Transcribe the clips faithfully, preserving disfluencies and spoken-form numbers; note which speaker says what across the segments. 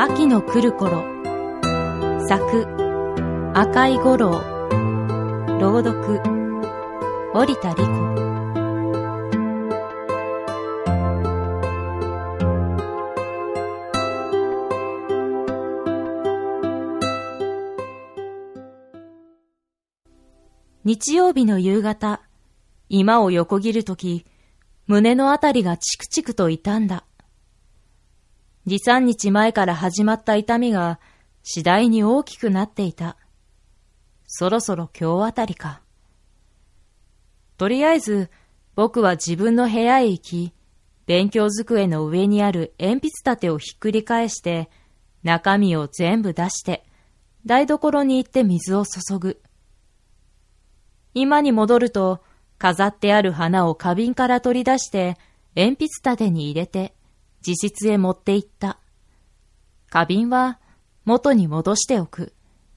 Speaker 1: 秋の来る頃。作、赤井五郎。朗読、織田理子。日曜日の夕方、居間を横切るとき、胸のあたりがチクチクと痛んだ。二三日前から始まった痛みが次第に大きくなっていた。そろそろ今日あたりか。とりあえず僕は自分の部屋へ行き、勉強机の上にある鉛筆立てをひっくり返して、中身を全部出して、台所に行って水を注ぐ。今に戻ると、飾ってある花を花瓶から取り出して、鉛筆立てに入れて、自室へ持って行った。花瓶は元に戻しておく。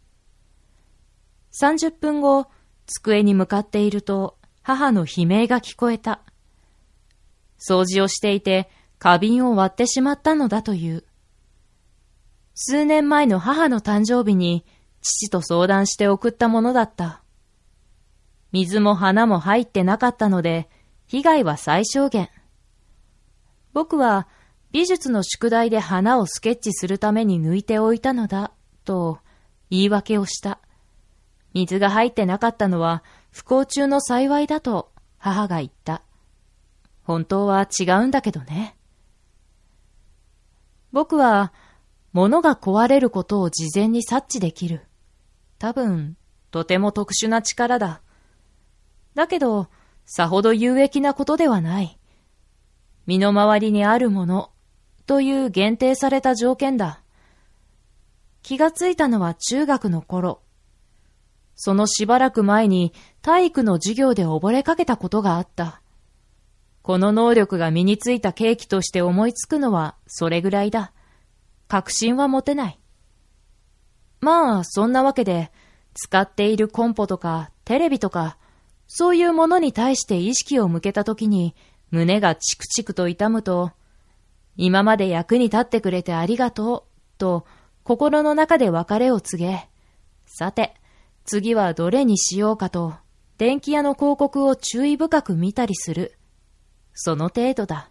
Speaker 1: 三十分後、机に向かっていると、母の悲鳴が聞こえた。掃除をしていて、花瓶を割ってしまったのだという。数年前の母の誕生日に、父と相談して送ったものだった。水も花も入ってなかったので、被害は最小限。僕は美術の宿題で花をスケッチするために抜いておいたのだ、と言い訳をした。水が入ってなかったのは不幸中の幸いだと母が言った。本当は違うんだけどね。僕は物が壊れることを事前に察知できる。多分、とても特殊な力だ。だけど、さほど有益なことではない。身の回りにあるものという限定された条件だ。気がついたのは中学の頃。そのしばらく前に体育の授業で溺れかけたことがあった。この能力が身についた契機として思いつくのはそれぐらいだ。確信は持てない。まあ、そんなわけで、使っているコンポとかテレビとか、そういうものに対して意識を向けたときに胸がチクチクと痛むと、今まで役に立ってくれてありがとうと心の中で別れを告げ、さて次はどれにしようかと電気屋の広告を注意深く見たりする。その程度だ。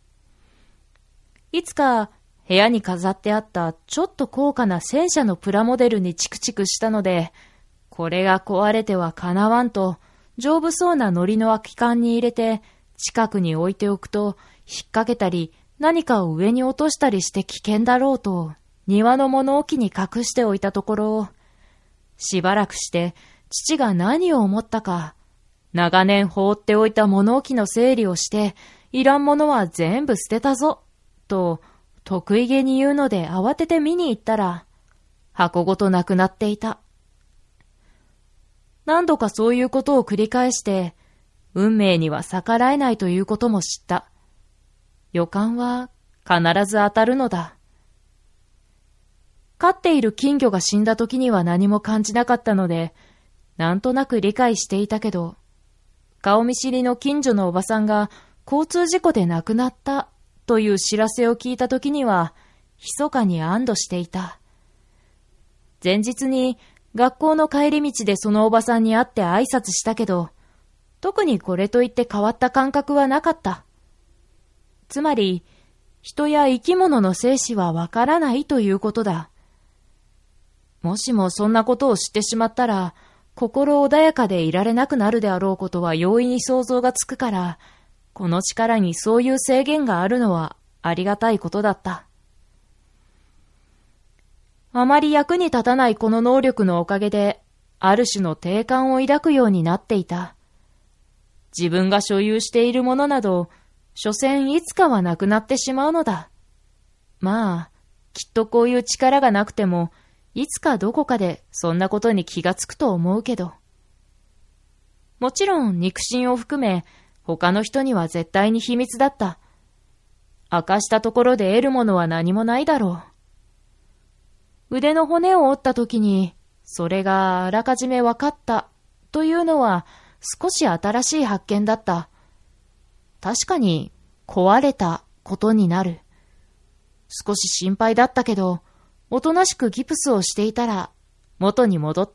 Speaker 1: いつか部屋に飾ってあったちょっと高価な戦車のプラモデルにチクチクしたので、これが壊れてはかなわんと、丈夫そうな糊の空き缶に入れて近くに置いておくと引っ掛けたり何かを上に落としたりして危険だろうと庭の物置に隠しておいたところ、しばらくして父が何を思ったか、長年放っておいた物置の整理をしていらんものは全部捨てたぞと得意げに言うので慌てて見に行ったら箱ごとなくなっていた。何度かそういうことを繰り返して、運命には逆らえないということも知った。予感は必ず当たるのだ。飼っている金魚が死んだ時には何も感じなかったので、なんとなく理解していたけど、顔見知りの近所のおばさんが交通事故で亡くなったという知らせを聞いた時には、密かに安堵していた。前日に、学校の帰り道でそのおばさんに会って挨拶したけど、特にこれといって変わった感覚はなかった。つまり、人や生き物の生死はわからないということだ。もしもそんなことを知ってしまったら、心穏やかでいられなくなるであろうことは容易に想像がつくから、この力にそういう制限があるのはありがたいことだった。あまり役に立たないこの能力のおかげで、ある種の定感を抱くようになっていた。自分が所有しているものなど、所詮いつかはなくなってしまうのだ。まあ、きっとこういう力がなくても、いつかどこかでそんなことに気がつくと思うけど。もちろん肉親を含め、他の人には絶対に秘密だった。明かしたところで得るものは何もないだろう。腕の骨を折った時に、それがあらかじめ分かったというのは少し新しい発見だった。確かに壊れたことになる。少し心配だったけど、 おとなしくギプスをしていたら元に戻った。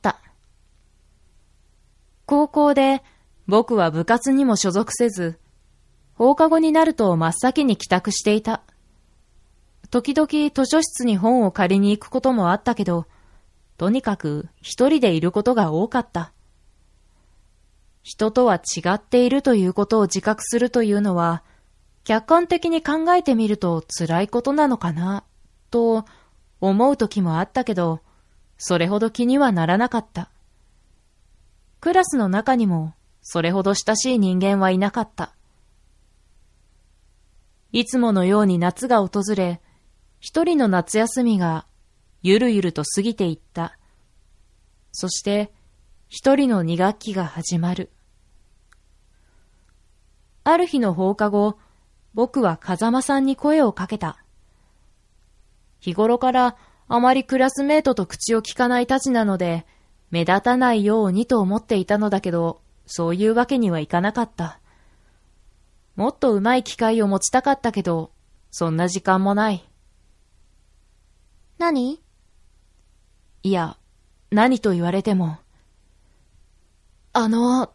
Speaker 1: 高校で僕は部活にも所属せず、放課後になると真っ先に帰宅していた。時々図書室に本を借りに行くこともあったけど、とにかく一人でいることが多かった。人とは違っているということを自覚するというのは、客観的に考えてみると辛いことなのかな、と思う時もあったけど、それほど気にはならなかった。クラスの中にもそれほど親しい人間はいなかった。いつものように夏が訪れ、一人の夏休みがゆるゆると過ぎていった。そして一人の二学期が始まる。ある日の放課後、僕は風間さんに声をかけた。日頃からあまりクラスメートと口を聞かないたちなので、目立たないようにと思っていたのだけど、そういうわけにはいかなかった。もっと上手い機会を持ちたかったけど、そんな時間もない。
Speaker 2: 何？
Speaker 1: いや、何と言われても。あの、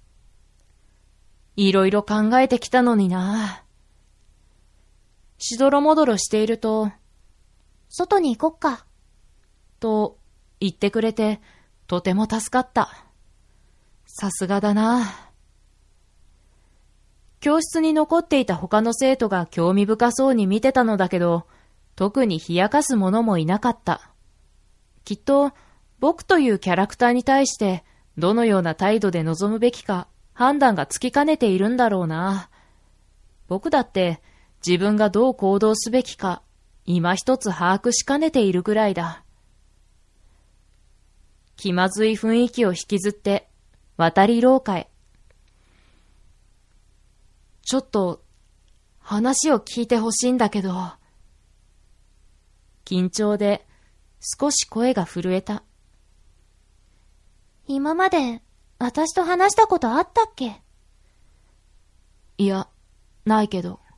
Speaker 1: いろいろ考えてきたのにな。しどろもどろしていると、
Speaker 2: 外に行こっか。
Speaker 1: と言ってくれて、とても助かった。さすがだな。教室に残っていた他の生徒が興味深そうに見てたのだけど、特に冷やかす者もいなかった。きっと、僕というキャラクターに対して、どのような態度で臨むべきか、判断がつきかねているんだろうな。僕だって、自分がどう行動すべきか、今一つ把握しかねているぐらいだ。気まずい雰囲気を引きずって、渡り廊下へ。ちょっと、話を聞いてほしいんだけど。緊張で、少し声が震えた。
Speaker 2: 今まで、私と話したことあったっけ？
Speaker 1: いや、ないけど。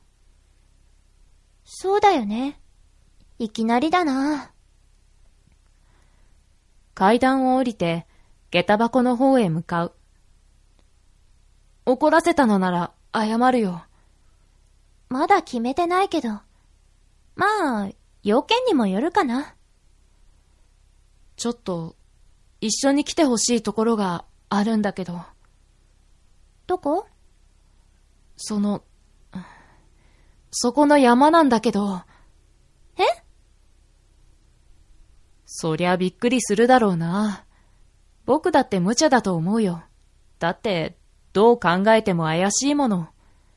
Speaker 2: そうだよね。いきなりだな。
Speaker 1: 階段を降りて、下駄箱の方へ向かう。怒らせたのなら謝るよ。
Speaker 2: まだ決めてないけど。まあ、要件にもよるかな。
Speaker 1: ちょっと、一緒に来てほしいところがあるんだけど。
Speaker 2: どこ？
Speaker 1: その、そこの山なんだけど。
Speaker 2: え？
Speaker 1: そりゃびっくりするだろうな。僕だって無茶だと思うよ。だって、どう考えても怪しいもの。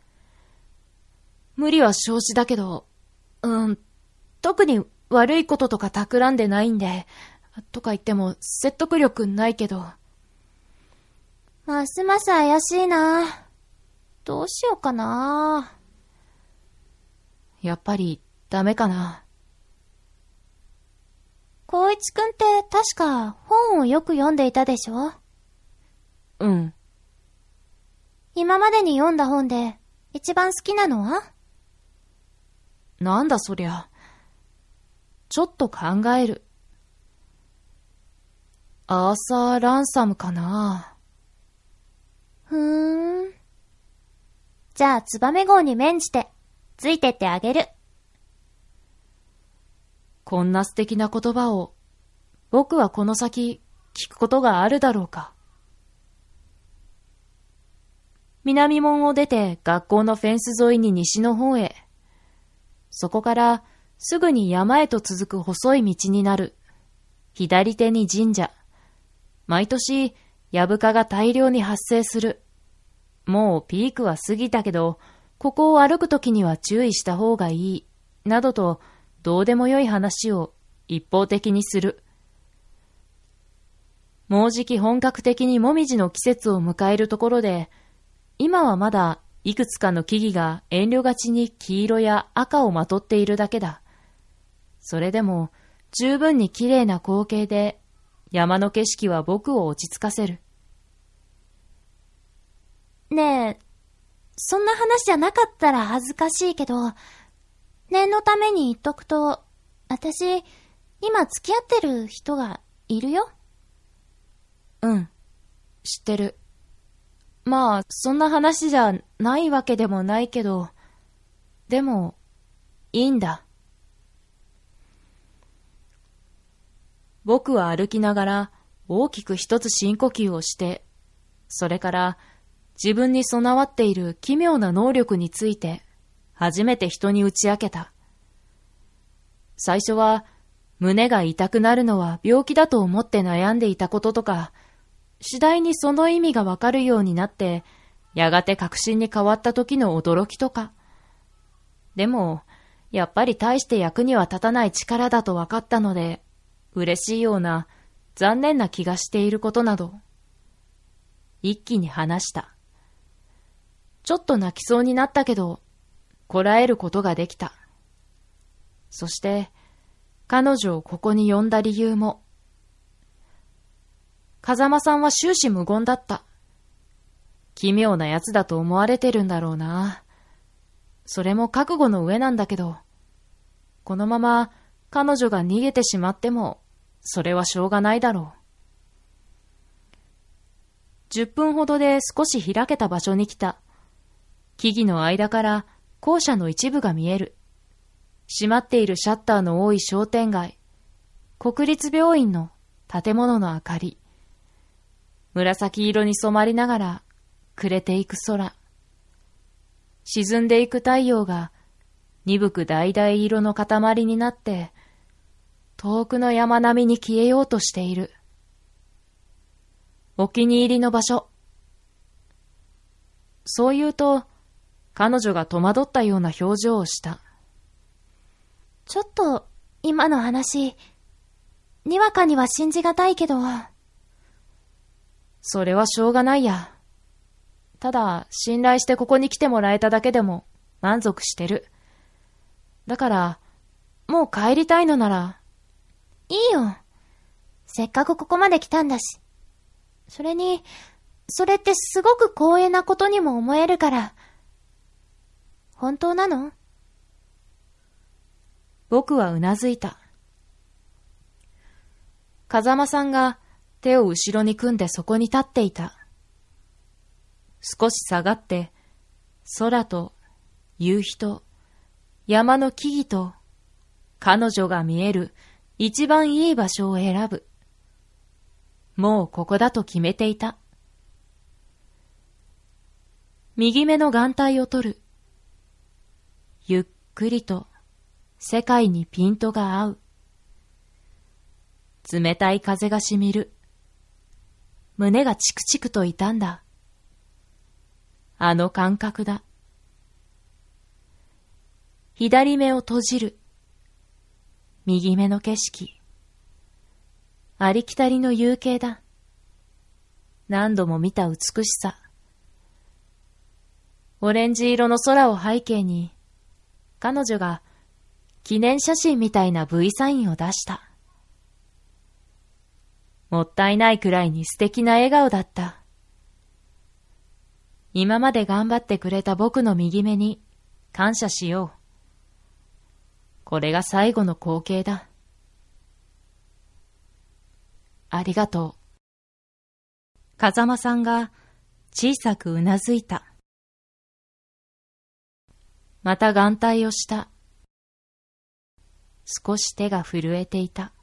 Speaker 1: 無理は承知だけど、うん、特に悪いこととか企んでないんで、とか言っても説得力ないけど。
Speaker 2: ますます怪しいな。どうしようかな。
Speaker 1: やっぱりダメかな。
Speaker 2: 光一くんって確か本をよく読んでいたでしょ？
Speaker 1: うん。
Speaker 2: 今までに読んだ本で一番好きなのは？
Speaker 1: なんだそりゃ。ちょっと考える。アーサー・ランサムかな。
Speaker 2: ふーん。じゃあツバメ号に免じてついてってあげる。
Speaker 1: こんな素敵な言葉を僕はこの先聞くことがあるだろうか。南門を出て学校のフェンス沿いに西の方へ。そこからすぐに山へと続く細い道になる。左手に神社。毎年ヤブ蚊が大量に発生する。もうピークは過ぎたけど、ここを歩くときには注意した方がいい。などとどうでもよい話を一方的にする。もうじき本格的にもみじの季節を迎えるところで、今はまだいくつかの木々が遠慮がちに黄色や赤をまとっているだけだ。それでも十分に綺麗な光景で、山の景色は僕を落ち着かせる。
Speaker 2: ねえ、そんな話じゃなかったら恥ずかしいけど、念のために言っとくと、私、 今付き合ってる人がいるよ。
Speaker 1: うん、知ってる。まあ、そんな話じゃないわけでもないけど、でも、いいんだ。僕は歩きながら大きく一つ深呼吸をして、それから自分に備わっている奇妙な能力について初めて人に打ち明けた。最初は胸が痛くなるのは病気だと思って悩んでいたこととか、次第にその意味がわかるようになって、やがて確信に変わった時の驚きとか。でも、やっぱり大して役には立たない力だとわかったので、嬉しいような残念な気がしていることなど、一気に話した。ちょっと泣きそうになったけど、こらえることができた。そして、彼女をここに呼んだ理由も、風間さんは終始無言だった。奇妙なやつだと思われてるんだろうな。それも覚悟の上なんだけど、このまま彼女が逃げてしまっても、それはしょうがないだろう。十分ほどで少し開けた場所に来た。木々の間から校舎の一部が見える。閉まっているシャッターの多い商店街。国立病院の建物の明かり。紫色に染まりながら暮れていく空。沈んでいく太陽が鈍く橙色の塊になって、遠くの山並みに消えようとしている。お気に入りの場所。そう言うと、彼女が戸惑ったような表情をした。
Speaker 2: ちょっと、今の話、にわかには信じがたいけど。
Speaker 1: それはしょうがないや。ただ、信頼してここに来てもらえただけでも満足してる。だから、もう帰りたいのなら、
Speaker 2: いいよ。せっかくここまで来たんだし。それに、それってすごく光栄なことにも思えるから。本当なの？
Speaker 1: 僕はうなずいた。風間さんが手を後ろに組んでそこに立っていた。少し下がって、空と夕日と山の木々と彼女が見える一番いい場所を選ぶ。もうここだと決めていた。右目の眼帯を取る。ゆっくりと世界にピントが合う。冷たい風がしみる。胸がチクチクと痛んだ。あの感覚だ。左目を閉じる。右目の景色。ありきたりの夕景だ。何度も見た美しさ。オレンジ色の空を背景に、彼女が記念写真みたいな V サインを出した。もったいないくらいに素敵な笑顔だった。今まで頑張ってくれた僕の右目に感謝しよう。これが最後の光景だ。ありがとう。風間さんが小さくうなずいた。また眼帯をした。少し手が震えていた。